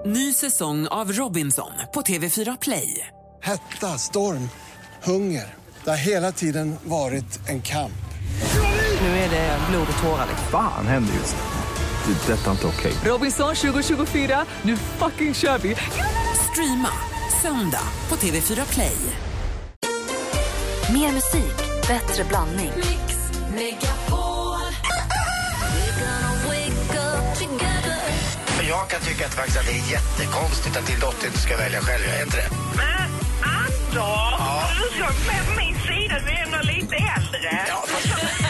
Ny säsong av Robinson på TV4 Play. Hetta, storm, hunger. Det har hela tiden varit en kamp. Nu är det blod och tårar. Fan händer just det. Det är detta inte okej. Robinson 2024, nu fucking kör vi. Streama söndag på TV4 Play. Mer musik, bättre blandning. Mix Megapol. Jag kan tycka att faktiskt att det är jättekonstigt att din dotter inte ska välja själv. Jag är inte det. Men Anders, du ska med min sida, du är ändå lite äldre. Ja, fast...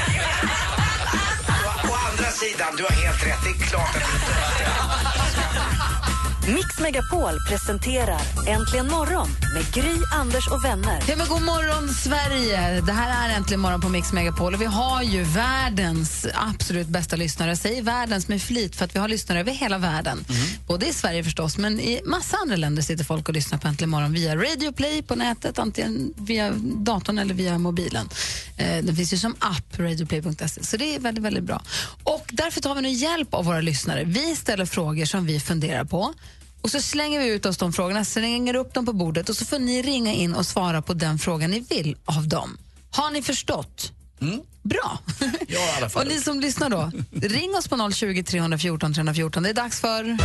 Å andra sidan, du har helt rätt. Det är klart att du inte... Mix Megapol presenterar Äntligen morgon med Gry, Anders och vänner. Ja, men god morgon Sverige. Det här är Äntligen morgon på Mix Megapol och vi har ju världens absolut bästa lyssnare. Jag säger världens med flit för att vi har lyssnare över hela världen. Både i Sverige förstås, men i massa andra länder sitter folk och lyssnar på Äntligen morgon via Radio Play på nätet, antingen via datorn eller via mobilen. Den finns ju som app, radioplay.se, så det är väldigt, väldigt bra. Och därför tar vi nu hjälp av våra lyssnare. Vi ställer frågor som vi funderar på. Och så slänger vi ut oss de frågorna, slänger upp dem på bordet och så får ni ringa in och svara på den frågan ni vill av dem. Har ni förstått? Bra. Ja, i alla fall. Och ni som lyssnar då, ring oss på 020 314 314. Det är dags för...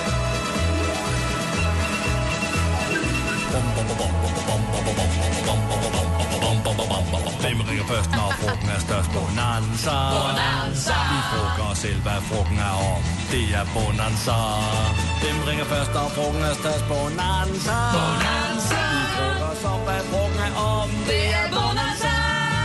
Hvem ringer først, når frugten er størst? Bonanza. Bonanza. Vi frågar os selv, hvad frugten er om. Det er Bonanza. Hvem ringer først, når frugten er størst? Bonanza. Bonanza. Vi frågar os om, hvad frugten er om. Det er Bonanza.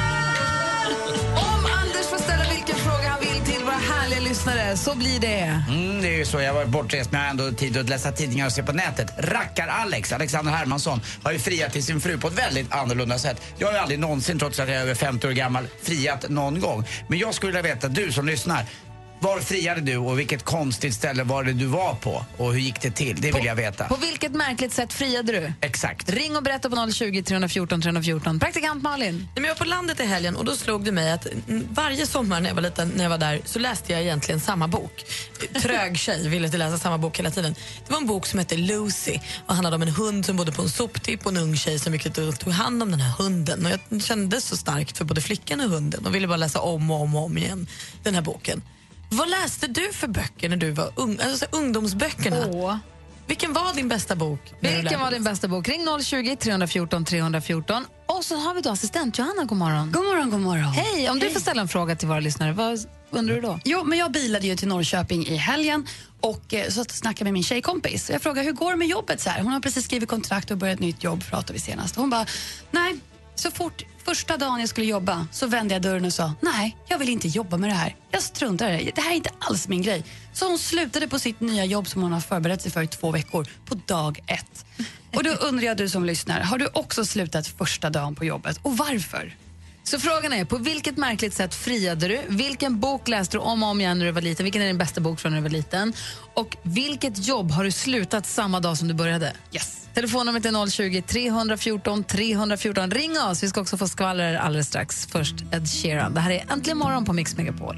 Om Anders får ställa vilken fråga han vill till våra härliga lyssnare, så blir det. Det är ju så, jag var bortrest men jag har ändå tid att läsa tidningar och se på nätet. Rackar-Alex, Alexander Hermansson, har ju friat till sin fru på ett väldigt annorlunda sätt. Jag har ju aldrig någonsin, trots att jag är över 50 år gammal, friat någon gång. Men jag skulle vilja veta, du som lyssnar, var friade du och vilket konstigt ställe var det du var på? Och hur gick det till? Det vill jag veta. På vilket märkligt sätt friade du? Exakt. Ring och berätta på 020 314 314. Praktikant Malin. Jag var på landet i helgen och då slog det mig att varje sommar när jag var liten, när jag var där, så läste jag egentligen samma bok. Trög tjej ville inte läsa samma bok hela tiden. Det var en bok som hette Lucy och handlade om en hund som bodde på en soptipp och en ung tjej som gick ut och tog hand om den här hunden. Och jag kände så starkt för både flickan och hunden och ville bara läsa om och om igen den här boken. Vad läste du för böcker när du var ung? Alltså ungdomsböckerna. Vilken var din bästa bok? Vilken var din bästa bok? Ring 020 314 314. Och så har vi då assistent Johanna, god morgon. God morgon, god morgon. Hej, om du får ställa en fråga till våra lyssnare, vad undrar du då? Jo, men jag bilade ju till Norrköping i helgen och så snackade med min tjejkompis. Jag frågade, hur går det med jobbet så här? Hon har precis skrivit kontrakt och börjat ett nytt jobb, pratade vi senast. Hon bara, nej, så fort första dagen jag skulle jobba så vände jag dörren och sa, nej, jag vill inte jobba med det här. Jag struntar i det. Det här är inte alls min grej. Så hon slutade på sitt nya jobb som hon har förberett sig för i 2 veckor på dag 1. Och då undrar jag, du som lyssnar, har du också slutat första dagen på jobbet? Och varför? Så frågan är, på vilket märkligt sätt friade du? Vilken bok läste du om och om igen när du var liten? Vilken är din bästa bok från när du var liten? Och vilket jobb har du slutat samma dag som du började? Yes. Telefonnumret är 020 314 314. Ring oss, vi ska också få skvaller alldeles strax. Först Ed Sheeran. Det här är Äntligen morgon på Mix Megapol.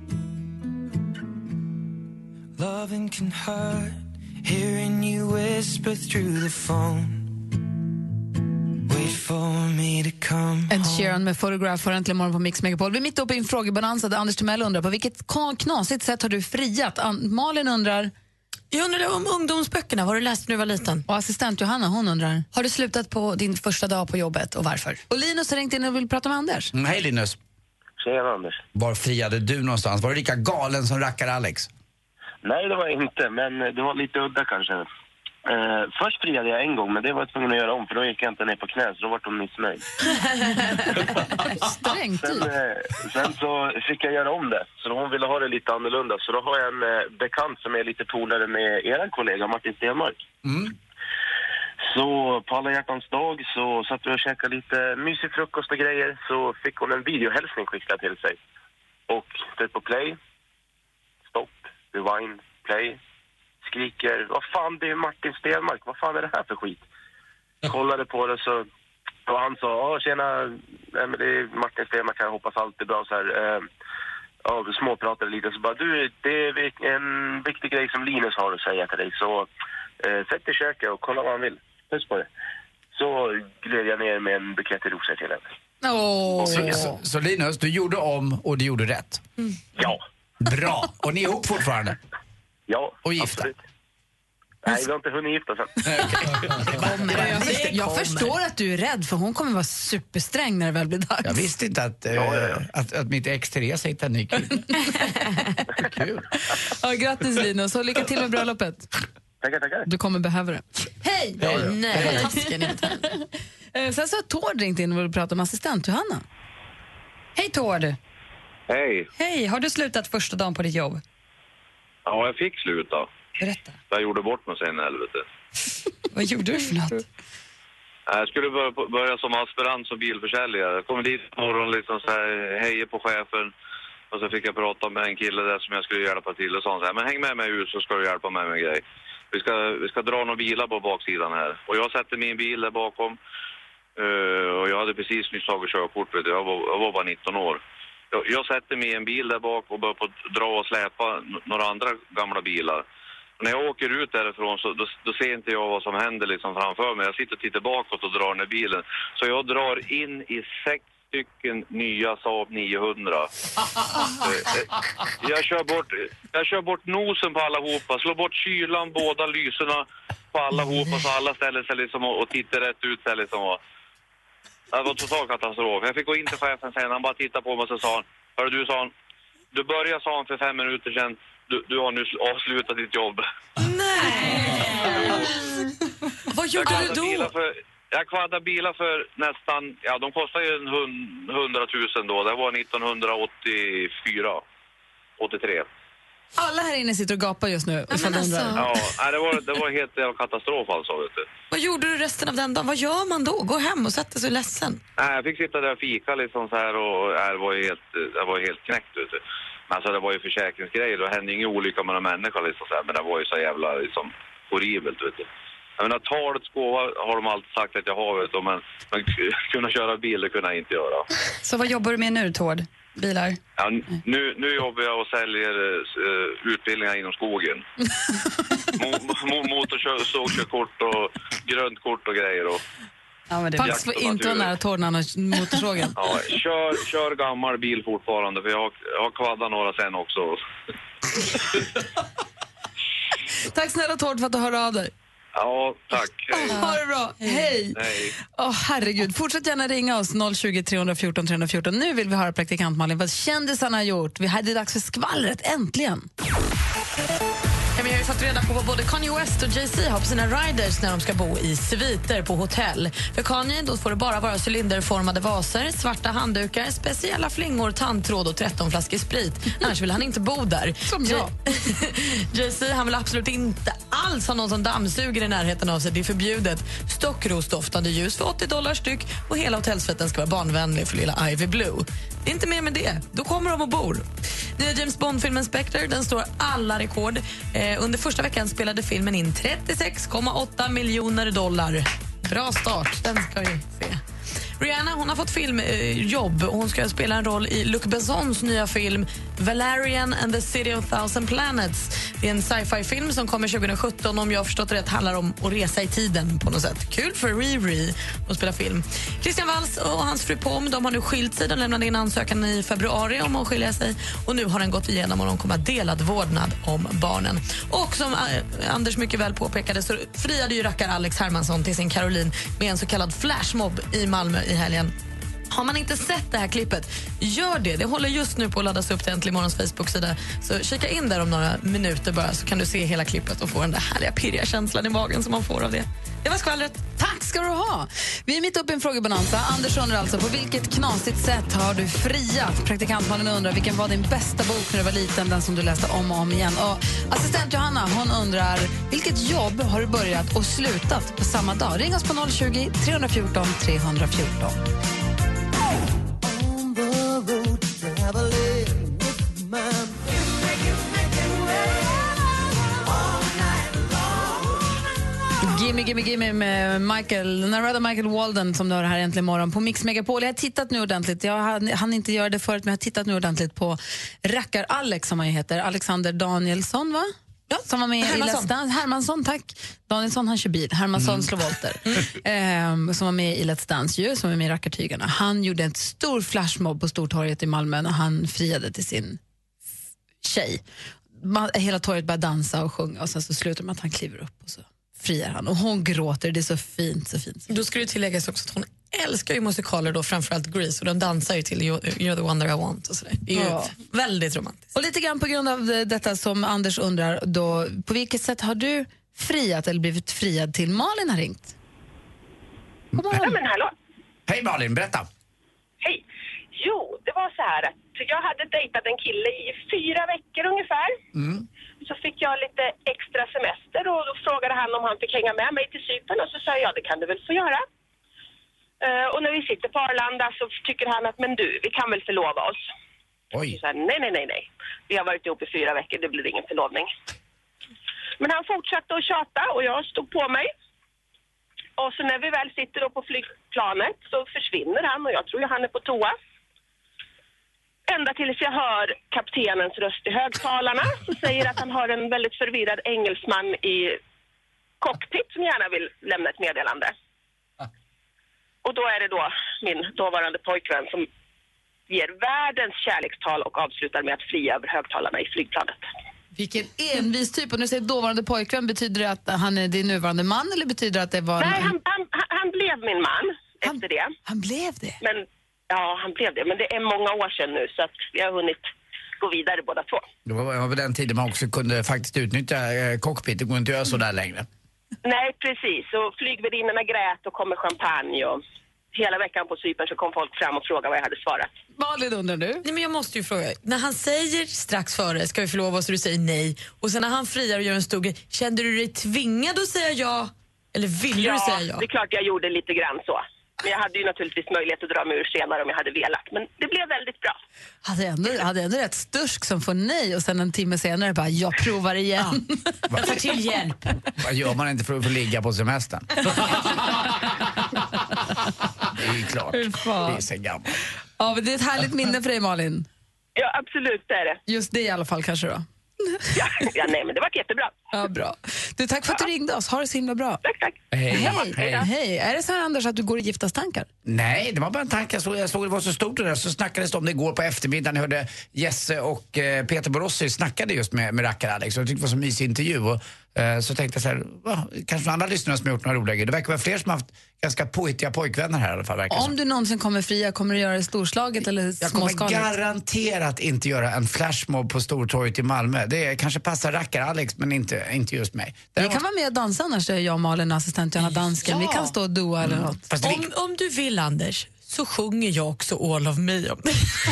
Loving can hurt, hearing you whisper through the phone. Ed Sheeran med Photograph för Äntligen morgon på Mix Megapol. Vi är mitt uppe i en frågebalans där Anders Timell undrar på vilket knasigt sätt har du friat? Malin undrar... Jag undrar om ungdomsböckerna, vad du läste när du var liten. Och assistent Johanna, hon undrar... Har du slutat på din första dag på jobbet och varför? Och Linus har ringt in och vill prata med Anders. Hej Linus. Tjena Anders. Var friade du någonstans? Var du lika galen som Rackar-Alex? Nej, det var jag inte, men det var lite udda kanske. Först friade jag en gång, men det var jag tvungen att göra om, för då gick jag inte ner på knä, så då var de missnöjd. Strängt. Sen så fick jag göra om det, så hon ville ha det lite annorlunda. Så då har jag en bekant som är lite polare med er kollega Martin Stenmark. Så på alla hjärtans dag så satt vi och käkade lite mysig frukost och grejer, så fick hon en videohälsning skickad till sig. Och tryck på play, stopp, rewind, play. Skriker, vad fan, det är Martin Stenmark, vad fan är det här för skit? Kollade på det så, och han sa, tjena, men det är Martin Stenmark, jag hoppas allt är bra så här. Ja, vi småpratade lite så bara, du, det är en viktig grej som Linus har att säga till dig, så Sätt i köket och kolla vad han vill. Puss på det. Så gled jag ner med en bukett rosor till henne. Så Linus, du gjorde om och du gjorde rätt? Ja. Bra. Och ni är ihop fortfarande? Ja, och gifta? Absolut. Nej, vi har inte hunnit gifta sen. Jag förstår att du är rädd, för hon kommer vara supersträng när det väl blir dags. Jag visste inte att mitt ex Therese hittade en ny kille. Kul. Ja, grattis Linus, och lycka till med bröllopet. Tackar. Du kommer behöva det. Hej! Nej, tasken inte. Sen så har Tord ringt in och vill prata om assistent Johanna. Hej Tord! Hej. Hej, har du slutat första dagen på ditt jobb? Ja, jag fick sluta. Berätta. Jag gjorde bort mig sen, helvete. Vad gjorde du för något? Jag skulle börja som aspirant som bilförsäljare. Jag kom dit på morgonen liksom så här, hejer på chefen. Och så fick jag prata med en kille där som jag skulle hjälpa till och sånt så här. Men häng med mig ut så ska du hjälpa mig med en grej. Vi ska dra några bilar på baksidan här. Och jag sätter min bil där bakom. Och jag hade precis nyss tagit körkort, vet du. Jag var bara 19 år. Jag sätter mig i en bil där bak och börjar på dra och släpa några andra gamla bilar. Och när jag åker ut därifrån så då ser inte jag vad som händer liksom framför mig. Jag sitter och tittar bakåt och drar ner bilen. Så jag drar in i 6 stycken nya Saab 900. Jag kör bort nosen på allihopa, slår bort kylan, båda lyserna på allihopa så alla ställer sig liksom och tittar rätt ut sig liksom. Det var total katastrof. Jag fick gå in till chefen sen, han bara tittade på mig och så sa han, hörru du, sa han, du började, sa han, för 5 minuter sedan, du har nu avslutat ditt jobb. Nej! Vad gjorde du då? Jag kvaddade bilar för nästan, ja de kostar ju 100 000 då, det var 1984, 83. Alla här inne sitter och gapar just nu. Ja, det var helt katastrof alltså, vet du. Vad gjorde du resten av den dagen? Vad gör man då? Gå hem och sätta sig ledsen? Nej, jag fick sitta där och fika liksom så här och det var helt knäckt, vet du. Men alltså det var ju försäkringsgrejer, det hände ingen olycka med någon människa liksom så här, men det var ju så jävla liksom horribelt, vet du. Jag menar, talets gåva har de alltid sagt att jag har, vet du, men kunna köra bil, det kunde jag inte göra. Så vad jobbar du med nu, Tord? Bilar? Ja, nu jobbar jag och säljer utbildningar inom skogen. Motorsågkort och grönt kort och grejer. Och faktiskt får inte vara nära Tord när han har motorsågen. Ja, kör gammal bil fortfarande, för jag har kvaddat några sen också. Tack snälla Tord för att du hörde av dig. Ja, tack. Ha det bra. Hej. Herregud, fortsätt gärna ringa oss 020 314 314. Nu vill vi höra praktikant Malin vad kändisarna har gjort. Det är dags för skvallret, äntligen. Jag har ju fått reda på vad både Kanye West och Jay-Z har på sina riders när de ska bo i sviter på hotell. För Kanye då får det bara vara cylinderformade vaser, svarta handdukar, speciella flingor, tandtråd och 13 flaskor sprit. Annars vill han inte bo där. Som jag. Jay-Z, han vill absolut inte alls ha någon som dammsuger i närheten av sig. Det är förbjudet. Stockrosdoftande ljus för $80 styck och hela hotellsveten ska vara barnvänlig för lilla Ivy Blue. Det är inte mer med det. Då kommer de och bor. Nya James Bond-filmen Spectre, den står alla rekord. Under första veckan spelade filmen in $36,8 miljoner. Bra start, den ska vi se. Rihanna, hon har fått filmjobb och hon ska spela en roll i Luc Bessons nya film Valerian and the City of Thousand Planets. Det är en sci-fi-film som kommer 2017, om jag har förstått rätt handlar om att resa i tiden på något sätt. Kul för Riri att spela film. Christian Waltz och hans fru Pom, de har nu skilt sig. De lämnade in ansökan i februari om att skilja sig och nu har den gått igenom och de kommer att delad vårdnad om barnen. Och som Anders mycket väl påpekade så friade ju rackar Alex Hermansson till sin Caroline med en så kallad flashmob i Malmö i helgen. Har man inte sett det här klippet, gör det. Det håller just nu på att laddas upp till Äntligen Morgons Facebook-sida. Så kika in där om några minuter bara, så kan du se hela klippet och få den där härliga pirriga känslan i magen som man får av det. Det var skvallret. Tack ska du ha. Vi är mitt uppe i en frågebonanza. Anders undrar alltså, på vilket knasigt sätt har du friat? Praktikantmannen undrar, vilken var din bästa bok när du var liten, den som du läste om och om igen? Och assistent Johanna, hon undrar, vilket jobb har du börjat och slutat på samma dag? Ring oss på 020 314 314. Gimme med Michael Walden som du har här äntligen morgon på Mix Megapol. Jag har tittat nu ordentligt. Jag hann inte göra det förut, men jag har tittat nu ordentligt på Rackar Alex som han heter. Alexander Danielsson, va? som var med i Let's Dance. Hermansson, tack. Danielsson, han kör bil. Hermansson slår volter. Som var med i Let's Dance ju, som är med i Rackartygarna. Han gjorde en stor flashmob på Stortorget i Malmö när han friade till sin tjej. Hela torget börjar dansa och sjunga och sen så slutar det med att han kliver upp och så friar han. Och hon gråter, det är så fint, så fint. Då ska det tilläggas också att hon älskar ju musikaler då, framförallt Grease, och de dansar ju till You're the one that I want och sådär. Det är ju väldigt romantiskt. Och lite grann på grund av detta som Anders undrar då, på vilket sätt har du friat eller blivit friad till? Malin har ringt. Ja, men hallå. Hej Malin, berätta. Hej. Jo, det var så här att jag hade dejtat en kille i 4 veckor ungefär. Så fick jag lite extra semester och då frågade han om han fick hänga med mig till Cypern och så sa jag, det kan du väl få göra. Och när vi sitter på Arlanda så tycker han att, men du, vi kan väl förlova oss. Oj. Så här, nej. Vi har varit ihop i 4 veckor, det blir ingen förlovning. Men han fortsatte att tjata och jag stod på mig. Och så när vi väl sitter då på flygplanet så försvinner han och jag tror ju han är på toa. Ända tills jag hör kaptenens röst i högtalarna som säger att han har en väldigt förvirrad engelsman i cockpit som gärna vill lämna ett meddelande. Och då är det då min dåvarande pojkvän som ger världens kärlekstal och avslutar med att fria över högtalarna i flygplanet. Vilken envis typ. Och när du säger dåvarande pojkvän, betyder det att han är din nuvarande man eller betyder det att det var... Nej, han blev min man efter det. Han blev det? Men, ja, han blev det. Men det är många år sedan nu så att vi har hunnit gå vidare båda två. Det var på den tiden man också kunde faktiskt utnyttja cockpit. Det går inte att göra så där längre. Nej, precis. Och flygvärdinnorna grät och kom med champagne och hela veckan på Cypern så kom folk fram och frågade vad jag hade svarat. Malin, undrar du? Nej, men jag måste ju fråga. När han säger strax före, ska vi förlova oss, och du säger nej. Och sen när han friar och gör en stor grej, kände du dig tvingad att säga ja? Eller ville du säga ja? Ja, det är klart jag gjorde lite grann så. Men jag hade ju naturligtvis möjlighet att dra mig ur senare om jag hade velat. Men det blev väldigt bra. Hade ändå rätt stursk som får nej och sen en timme senare bara, jag provar igen. Ja. Jag tar till hjälp. Vad gör man inte för att få ligga på semestern? Det är ju klart. Det är så gammalt. Ja, men det är ett härligt minne för dig, Malin. Ja, absolut, det är det. Just det i alla fall kanske då. Ja, nej, men det var jättebra. Ja, bra. Du, tack för att du ringde oss. Ha det så himla bra. Tack. Hej. Är det så här, Anders, att du går i giftastankar? Nej, det var bara en tanke. Jag såg det var så stort det där. Så snackades det om det igår på eftermiddagen. Jag hörde Jesse och Peter Borossi snackade just med Rackar Alex. Och jag tyckte det var så mysig intervju. Och så tänkte jag så här, kanske andra lyssnare som har gjort några roliga grejer. Det verkar vara fler som har haft ganska påhittiga pojkvänner här i alla fall. Om du någonsin kommer fria, kommer du göra det storslaget eller småskaligt? Jag kommer garanterat inte göra en flashmob på Stortorget i Malmö. Det kanske passar Rackar Alex, men inte just mig. Vi kan vara med och dansa annars, jag och Malin och assistent Johanna Dansken. Vi kan stå och doa eller något. Om du vill, Anders, så sjunger jag också All of Me om det.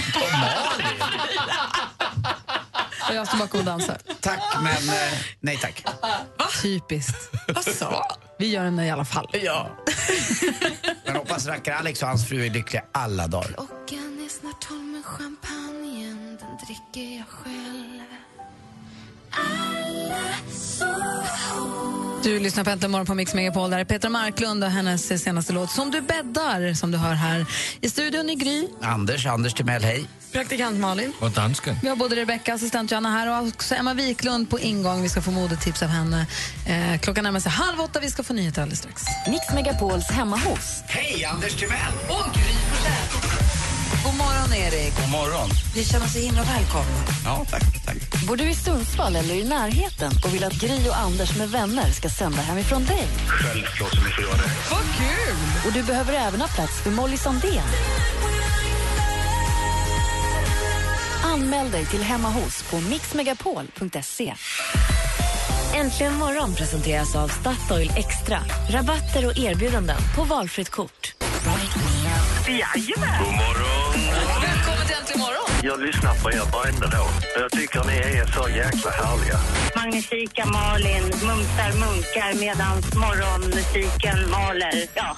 Och jag står bakom och dansar. Tack, men nej tack. Typiskt. Vad sa? Vi gör den i alla fall. Ja. Men hoppas Rackar Alex och hans fru är lyckliga alla dagar. Klockan är snart 12 med champagnen, den dricker jag själv. Du lyssnar på Äntligen morgon på Mix Megapol. Där är Petra Marklund och hennes senaste låt Som du bäddar, som du hör här. I studion i Gry. Anders Timell, hej. Praktikant Malin. Och dansken. Vi har både Rebecca, assistent Johanna här, och också Emma Wiklund på ingång. Vi ska få modetips av henne. Klockan närmar sig 7:30. Vi ska få nyheter alldeles strax. Mix Megapols hemma hos. Hej, Anders Timell. Och Gry Forssell. God morgon, Erik. God morgon. Vi känner oss så himla välkomna. Ja, tack. Bor du i Sundsvall eller i närheten och vill att Gry och Anders med vänner ska sända hemifrån dig? Självklart som vi får göra det. Vad kul! Och du behöver även ha plats för Molly Sandén. Anmäl dig till hemma hos på mixmegapol.se. Äntligen morgon presenteras av Statoil Extra. Rabatter och erbjudanden på valfritt kort. Jajamän. God morgon. Välkommen till Äntligen morgon. Jag lyssnar på er varenda dag. Jag tycker ni är så jäkla härliga. Magnifika Malin mumsar munkar medan morgonmusiken maler. Ja.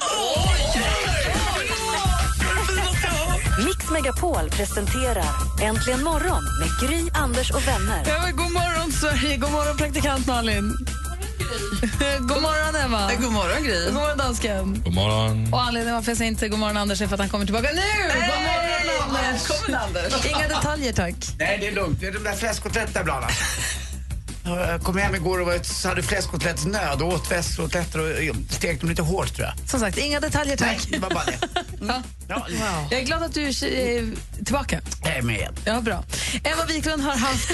Mix Megapol presenterar Äntligen morgon med Gry, Anders och vänner. Ja, men god morgon Sverige, god morgon praktikant Malin. God morgon Emma. God morgon Gry. God morgon dansken. God morgon. Och anledningen varför jag säger inte god morgon Anders är för att han kommer tillbaka nu. God morgon Anders. Välkommen Anders. Inga detaljer tack. Nej, det är lugnt. Det är de där fläskkotletta ibland. Jag kom hem igår och hade fläskkotelettsnöd och åt väskoteletter och stekte dem lite hårt, tror jag. Som sagt, inga detaljer, tack. Nej, det var bara det. Ja. Wow. Jag är glad att du är tillbaka. Jag är med. Ja, bra. Emma Wiklund har haft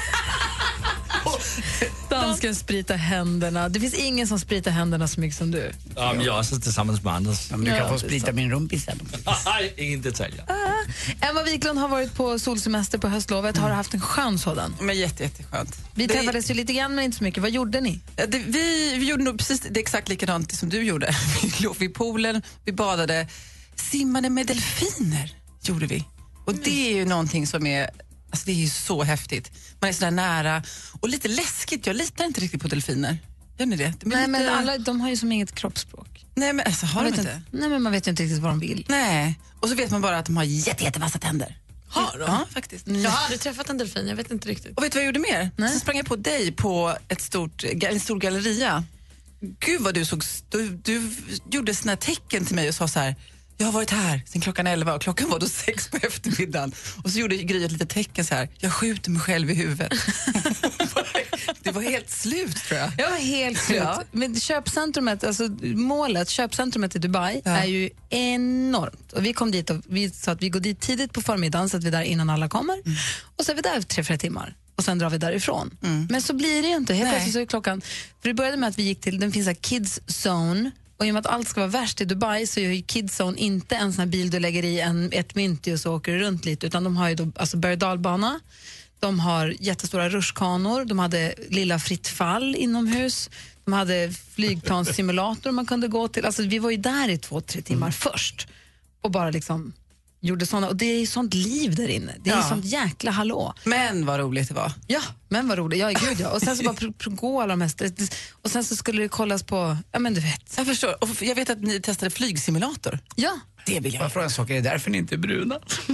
dansken sprita händerna. Det finns ingen som spritar händerna så mycket som du. Ja, men jag är också tillsammans med Anders. Ja, men du kan få sprita min rumpis sen. Nej, ingen detaljer. Emma Wiklund har varit på solsemester på höstlovet. Har du haft en skön sådan? Men jätteskönt. Vi träffades ju lite grann men inte så mycket. Vad gjorde ni? Vi gjorde nog precis det exakt likadant som du gjorde. Vi låg vid poolen, vi badade, simmade med delfiner gjorde vi. Och det är ju någonting som är, alltså det är ju så häftigt. Man är sådär nära och lite läskigt. Jag litar inte riktigt på delfiner. Gör ni det? Nej, men alla, de har ju som inget kroppsspråk. Nej, men alltså, har de inte? Nej, men man vet ju inte riktigt vad de vill. Nej, och så vet man bara att de har jättevassa tänder. Har de? Ja, faktiskt. Jag har aldrig träffat en delfin, jag vet inte riktigt. Och vet du vad jag gjorde mer? Nej. Så sprang jag på dig på en stor galleria. Gud vad du såg, du gjorde såna tecken till mig och sa så här: jag har varit här sen klockan 11 och klockan var då 6 på eftermiddagen. Och så gjorde Gry ett litet tecken så här: jag skjuter mig själv i huvudet. Det var helt slut, tror jag. Jag var helt slut. Ja. Men köpcentrumet, alltså köpcentrumet i Dubai är ju enormt. Och vi kom dit och vi sa att vi går dit tidigt på förmiddagen så att vi är där innan alla kommer. Och så är vi där 3-4 timmar. Och sen drar vi därifrån. Men så blir det ju inte. Helt plötsligt så är klockan... För det började med att vi gick till, den finns här Kids Zone. Och i och med att allt ska vara värst i Dubai så är ju Kids Zone inte en sån här bil du lägger i ett mynt och så åker du runt lite. Utan de har ju då, alltså berg- och dalbana. De har jättestora rutschkanor. De hade lilla fritt fall inomhus. De hade flygplanssimulator man kunde gå till. Alltså vi var ju där i 2-3 timmar först. Och bara liksom... gjorde såna, och det är ju sånt liv där inne. Det är ju sånt jäkla hallå. Men vad roligt det var. Ja, men vad roligt. Ja, gud ja. Och sen så bara gå alla de här. Och sen så skulle det kollas på, ja men du vet. Jag förstår. Och jag vet att ni testade flygsimulator. Ja. Det vill jag. Jag frågar en sak, är det därför ni inte är bruna? Hur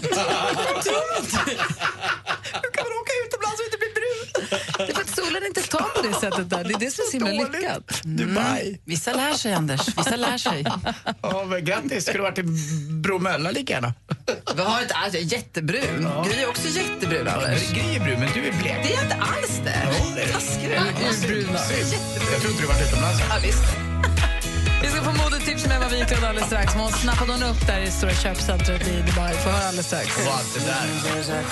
kan man åka utomlands och inte bli brun? Det är för att solen inte tar på det sättet där. Det är det som är så himla lyckat. Dubai. Vissa lär sig, Anders. Vissa lär sig. Ja, men grattis. Skulle du varit i Bromölla lika gärna? Vi har inte alls, jag är jättebrun. Ja. Gry är också jättebrun, Anders. Gry är brun, men du är blek. Det är inte alls det. Taskig du är. Bruna. Jag tror inte du varit utomlands. Ja, visst. Vi ska få modetips med Emma Wiklund alldeles strax. Hon snappade hon upp där i stora köpcentret i Dubai. Får höra alldeles strax. Vad det där.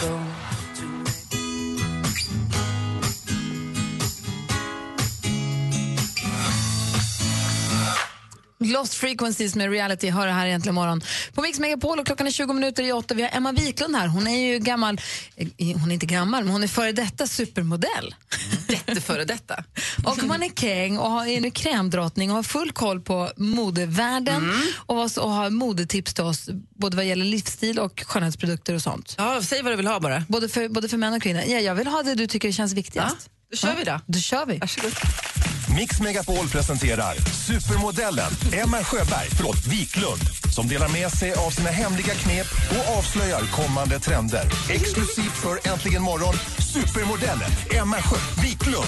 Lost Frequencies med Reality hör det här egentligen imorgon. På Mix Megapol och klockan är 20:20. Vi har Emma Wiklund här. Hon är ju gammal, hon är inte gammal, men hon är före detta supermodell. Jätteföre detta. Och man är king och är nu krämdrottning och har full koll på modevärlden och har modetips till oss både vad gäller livsstil och skönhetsprodukter och sånt. Ja, säg vad du vill ha bara. Både för män och kvinnor. Ja, jag vill ha det du tycker känns viktigast. Ja, då kör vi då. Då kör vi. Varsågod. Mix Megapol presenterar supermodellen Emma Wiklund som delar med sig av sina hemliga knep och avslöjar kommande trender. Exklusivt för Äntligen morgon, supermodellen Emma Wiklund.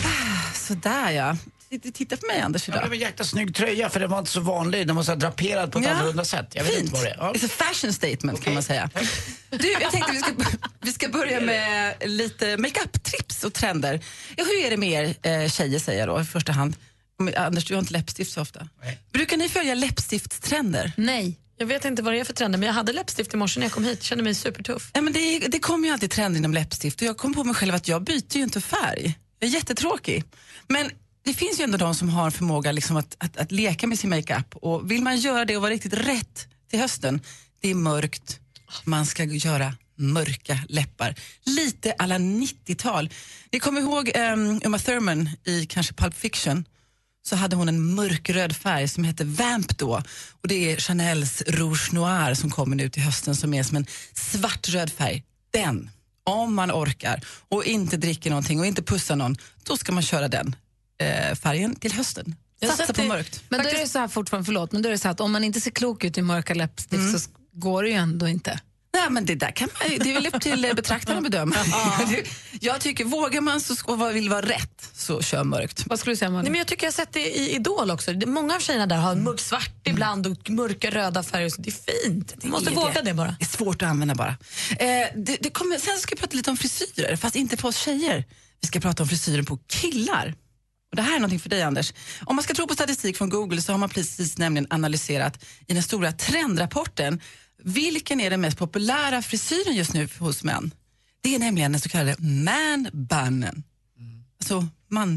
Sådär ja. Titta på mig, Anders, idag. Det var en jäkla snygg tröja, för den var inte så vanlig. Den var så draperad på ett annorlunda sätt. Jag vet inte vad det är. Ja. It's a fashion statement, kan man säga. Du, jag tänkte vi ska börja med lite makeup-trips och trender. Ja, hur är det med er tjejer, säger jag då, i första hand? Anders, du har inte läppstift så ofta. Nej. Brukar ni följa läppstiftstrender? Nej. Jag vet inte vad det är för trender, men jag hade läppstift i morse när jag kom hit. Kände mig supertuff. Ja, men det kommer ju alltid trender inom läppstift. Och jag kom på mig själv att jag byter ju inte färg. Jag är jättetråkig. Men det finns ju ändå de som har förmåga liksom att leka med sin makeup. Och vill man göra det och vara riktigt rätt till hösten, det är mörkt. Man ska göra mörka läppar. Lite alla 90-tal. Ni kommer ihåg Uma Thurman i kanske Pulp Fiction? Så hade hon en mörkröd färg som hette Vamp då. Och det är Chanels Rouge Noir som kommer nu till hösten, som är som en svartröd färg. Den, om man orkar och inte dricker någonting och inte pussar någon, då ska man köra den färgen till hösten. Satsa på mörkt. Men då är det så här fortfarande, förlåt, men då är det så här att om man inte ser klok ut i mörka läppstift så går det ju ändå inte. Nej, men det där kan man, det är väl upp till betraktarna att bedöma. Jag tycker, vågar man så vill vara rätt, så kör mörkt. Vad skulle du säga, Malin? Nej, men jag tycker jag har sett det i Idol också. Många av tjejerna där har mörk svart ibland och mörka röda färger. Så det är fint. Du måste våga det bara. Det är svårt att använda bara. Sen ska jag prata lite om frisyrer, fast inte för oss tjejer. Vi ska prata om frisyren på killar. Och det här är någonting för dig, Anders. Om man ska tro på statistik från Google så har man precis nämligen analyserat i den stora trendrapporten vilken är den mest populära frisyren just nu hos män. Det är nämligen den så kallade man-bunnen. Alltså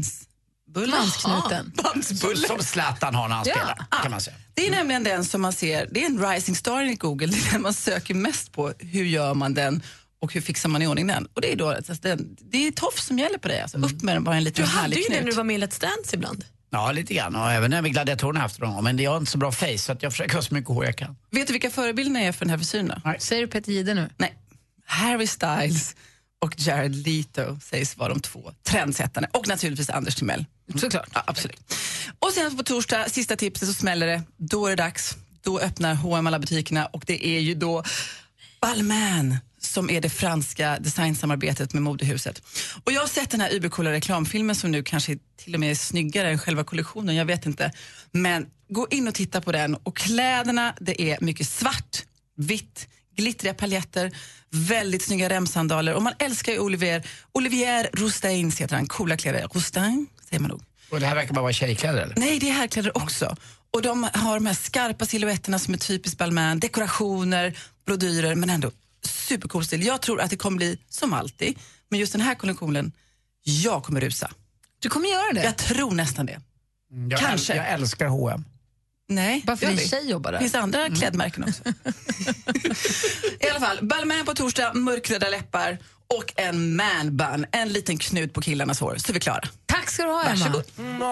mansknuten. Mansbullen. Som Zlatan har när han spelar, kan man säga. Det är nämligen den som man ser, det är en rising star i Google, det är den man söker mest på. Hur gör man den och hur fixar man i ordning den? Och det är då, alltså, det är tofs som gäller på dig. Alltså. Upp med den, bara en liten härlig knut. Du hade ju det när du var med i Let's Dance ibland. Ja, lite grann. Och även när vi gladiatorerna haft dem. Men det har inte så bra face så att jag försöker ha så mycket hår jag kan. Vet du vilka förebilderna är för den här frisyren då? Nej. Säger du Peter Jihde nu? Nej. Harry Styles och Jared Leto sägs vara de 2 trendsättarna. Och naturligtvis Anders Timell. Såklart. Ja, absolut. Och sen på torsdag, sista tipset, så smäller det. Då är det dags. Då öppnar H&M alla butikerna och det är ju då Balmain som är det franska designsamarbetet med modehuset. Och jag har sett den här übercoola reklamfilmen som nu kanske till och med är snyggare än själva kollektionen, jag vet inte. Men gå in och titta på den. Och kläderna, det är mycket svart, vitt, glittriga paljetter, väldigt snygga remsandaler. Och man älskar ju Olivier Rousteing, heter han, coola kläder. Rousteing, säger man nog. Och det här verkar bara vara tjejkläder, eller? Nej, det är herrkläder också. Och de har de här skarpa silhuetterna som är typiskt Balmain, dekorationer, brodyrer, men ändå supercool stil. Jag tror att det kommer bli som alltid, men just den här kollektionen, jag kommer rusa. Du kommer göra det? Jag tror nästan det. Kanske. Jag älskar H&M. Nej, bara för din tjej jobbar där. Det finns andra klädmärken också. I alla fall, Balmain på torsdag, mörkröda läppar och en man bun, en liten knut på killarnas hår, så är vi klara. Tack ska du ha, Emma. Varsågod.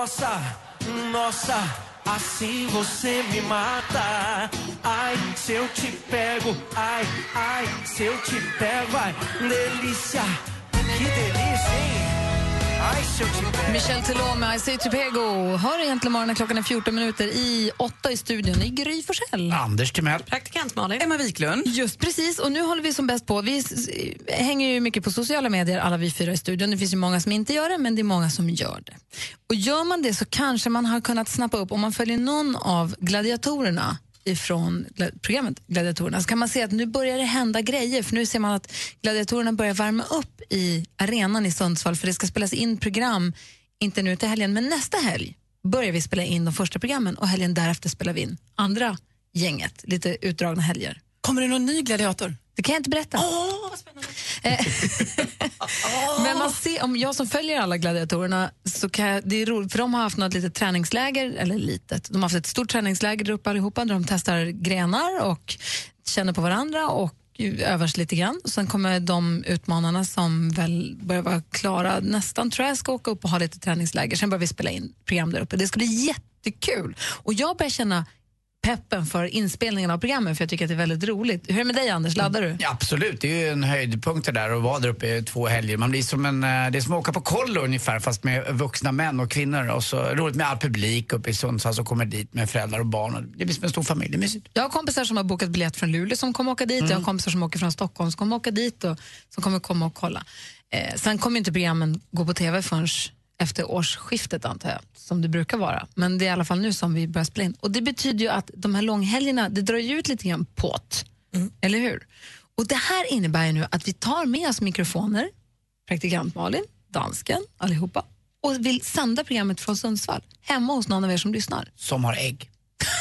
Nossa, assim você me mata. Ai, se eu te pego, ai, ai, se eu te pego, ai, delícia, que delícia, hein? Ai, se eu te pego. Michel Telome, I say to Pego. Hör egentligen morgonen, klockan är 14 minuter i 8 i studion i Gry Forssell. Anders Timell. Praktikant Malin. Emma Wiklund. Just precis, och nu håller vi som bäst på. Vi hänger ju mycket på sociala medier, alla vi 4 i studion. Det finns ju många som inte gör det, men det är många som gör det. Och gör man det så kanske man har kunnat snappa upp, om man följer någon av gladiatorerna ifrån programmet Gladiatorerna, så kan man se att nu börjar det hända grejer, för nu ser man att gladiatorerna börjar värma upp i arenan i Sundsvall, för det ska spelas in program, inte nu till helgen, men nästa helg börjar vi spela in de första programmen och helgen därefter spelar vi in andra gänget, lite utdragna helger. Kommer det någon ny gladiator? Det kan jag inte berätta. Vad spännande. Men man ser, om jag som följer alla gladiatorerna, så kan det är roligt, för de har haft något litet träningsläger, eller litet, de har haft ett stort träningsläger där uppe allihopa, där de testar grenar och känner på varandra och övas lite grann. Och sen kommer de utmanarna som väl börjar vara klara nästan, tror jag, ska åka upp och ha lite träningsläger. Sen börjar vi spela in program där uppe. Det ska bli jättekul. Och jag börjar känna peppen för inspelningen av programmen, för jag tycker att det är väldigt roligt. Hur är det med dig, Anders? Laddar du? Ja, absolut, det är ju en höjdpunkt det där att vara där uppe i 2 helger. Man blir som det är som att åka på kollo ungefär, fast med vuxna män och kvinnor. Och så roligt med all publik uppe i Sundsvall som kommer dit med föräldrar och barn. Det blir som en stor familj, det är mysigt. Jag har kompisar som har bokat biljett från Luleå som kommer åka dit. Jag har kompisar som åker från Stockholm som kommer åka dit och som kommer komma och kolla. Sen kommer inte programmen gå på tv förrän efter årsskiftet, antar jag, som det brukar vara. Men det är i alla fall nu som vi börjar spela in. Och det betyder ju att de här långhelgerna, det drar ju ut lite grann påt. Eller hur? Och det här innebär ju nu att vi tar med oss mikrofoner, praktikant Malin, dansken, allihopa, och vill sända programmet från Sundsvall, hemma hos någon av er som lyssnar. Som har ägg.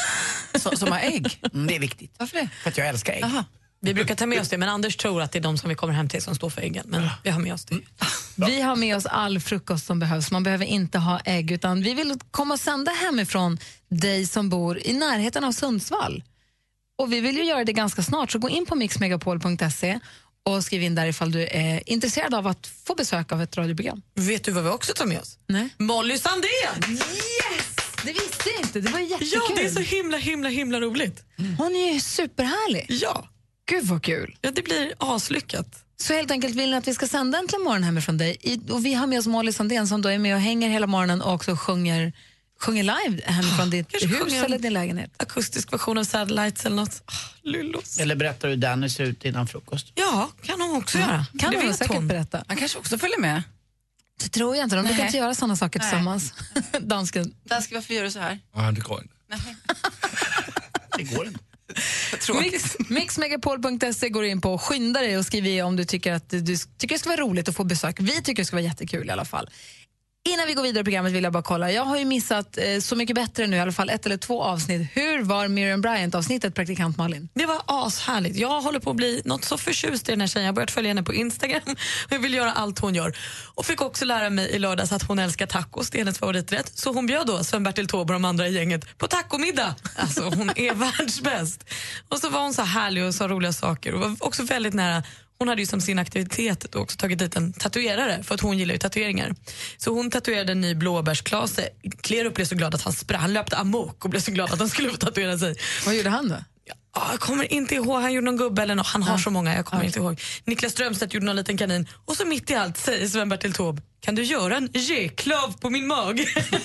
Som har ägg? Det är viktigt. Varför det? För att jag älskar ägg. Aha. Vi brukar ta med oss det, men Anders tror att det är de som vi kommer hem till som står för äggen. Men vi har med oss det. Vi har med oss all frukost som behövs. Man behöver inte ha ägg, utan vi vill komma och sända hemifrån dig som bor i närheten av Sundsvall. Och vi vill ju göra det ganska snart, så gå in på mixmegapol.se och skriv in där ifall du är intresserad av att få besök av ett radioprogram. Vet du vad vi också tar med oss? Nej. Molly Sandén! Yes! Det visste jag inte, det var jättekul. Ja, det är så himla roligt. Hon är ju superhärlig. Ja. Gud vad kul. Ja, det blir aslyckat. Så helt enkelt vill ni att vi ska sända Äntligen morgon hemifrån dig. Och vi har med oss Molly Sandén som då är med och hänger hela morgonen och också sjunger live hemifrån ditt hus eller din lägenhet. Akustisk version av Satellites eller något. Lullos. Eller berättar hur Danny ser ut innan frukost. Ja, kan hon också göra. Kan det hon vet säkert hon. berätta. Han kanske också följer med. Det tror jag inte, de brukar inte göra sådana saker tillsammans. Dansken, varför gör du så här? Ja, det går inte. Det går inte. Mixmegapol.se går in på och skynda dig och skriver om du tycker att det ska vara roligt att få besök. Vi tycker det ska vara jättekul i alla fall. Innan vi går vidare i programmet vill jag bara kolla. Jag har ju missat Så mycket bättre nu, i alla fall 1 eller 2 avsnitt. Hur var Miriam Bryant-avsnittet, praktikant Malin? Det var ashärligt. Jag håller på att bli något så förtjust i den här tjejen. Jag har börjat följa henne på Instagram och jag vill göra allt hon gör. Och fick också lära mig i lördags att hon älskar tacos, det är hennes favoriträtt. Så hon bjöd då Sven-Bertil Taube och de andra i gänget på tacomiddag. Alltså hon är världsbäst. Och så var hon så härlig och sa roliga saker och var också väldigt nära. Hon hade ju som sin aktivitet då också tagit dit en tatuerare, för att hon gillar ju tatueringar. Så hon tatuerade en ny blåbärsklase. Klerup blev så glad att han löpte amok och blev så glad att han skulle få tatuera sig. Vad gjorde han då? Ja, jag kommer inte ihåg, han gjorde någon gubbe eller något. Han har så många, jag kommer inte ihåg. Niklas Strömstedt gjorde någon liten kanin. Och så mitt i allt säger Sven-Bertil Taube: kan du göra en G-klav på min mag?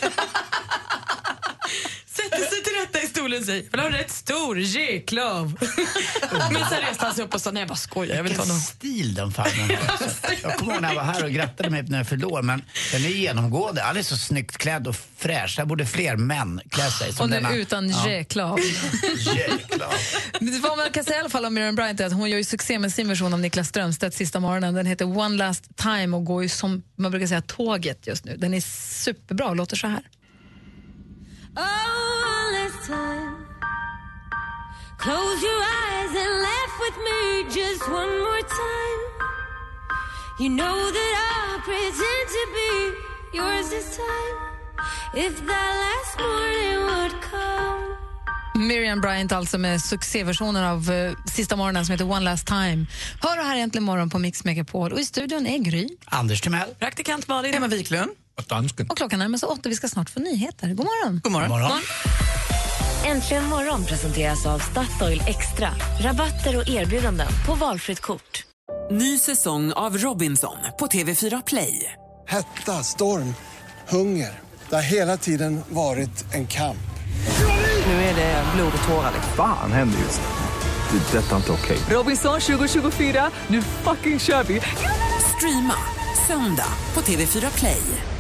Sätter sig till rätta i stolen och säger: jag vill ha en rätt stor G-klav. Men sen reste han sig upp och sa: nej, jag bara skojar, jag vill ta någon stil den farmen har. Jag kommer ihåg när jag var här och grattade mig när jag förlor, men den är genomgående. Han är så snyggt klädd och fräsch. Där borde fler män klä sig som och nu denna. utan G-klav. Vad man kan säga i alla fall om Miriam Bryant är att hon gör ju succé med sin version av Niklas Strömstedt Sista morgonen. Den heter One Last Time och går ju som man brukar säga tåget just nu. Den är superbra och låter så här. Oh, one last time. Close your eyes and laugh with me just one more time. You know that I'll pretend to be yours this time. If that last morning would come. Miriam Bryant alltså med succéversionen av Sista morgonen som heter One Last Time. Hör här egentligen morgon på Mix Megapol. Och i studion är Gry, Anders Timell, praktikant Malin, Emma Wiklund och klockan är så 8. Vi ska snart få nyheter. God morgon. God morgon. God morgon. Äntligen morgon presenteras av Statoil Extra. Rabatter och erbjudanden på valfritt kort. Ny säsong av Robinson på TV4 Play. Hetta, storm, hunger. Det har hela tiden varit en kamp. Nu är det blod och tårar. Fan händer just det. Det är detta inte okej. Robinson 2024, nu fucking kör vi. Streama söndag på TV4 Play.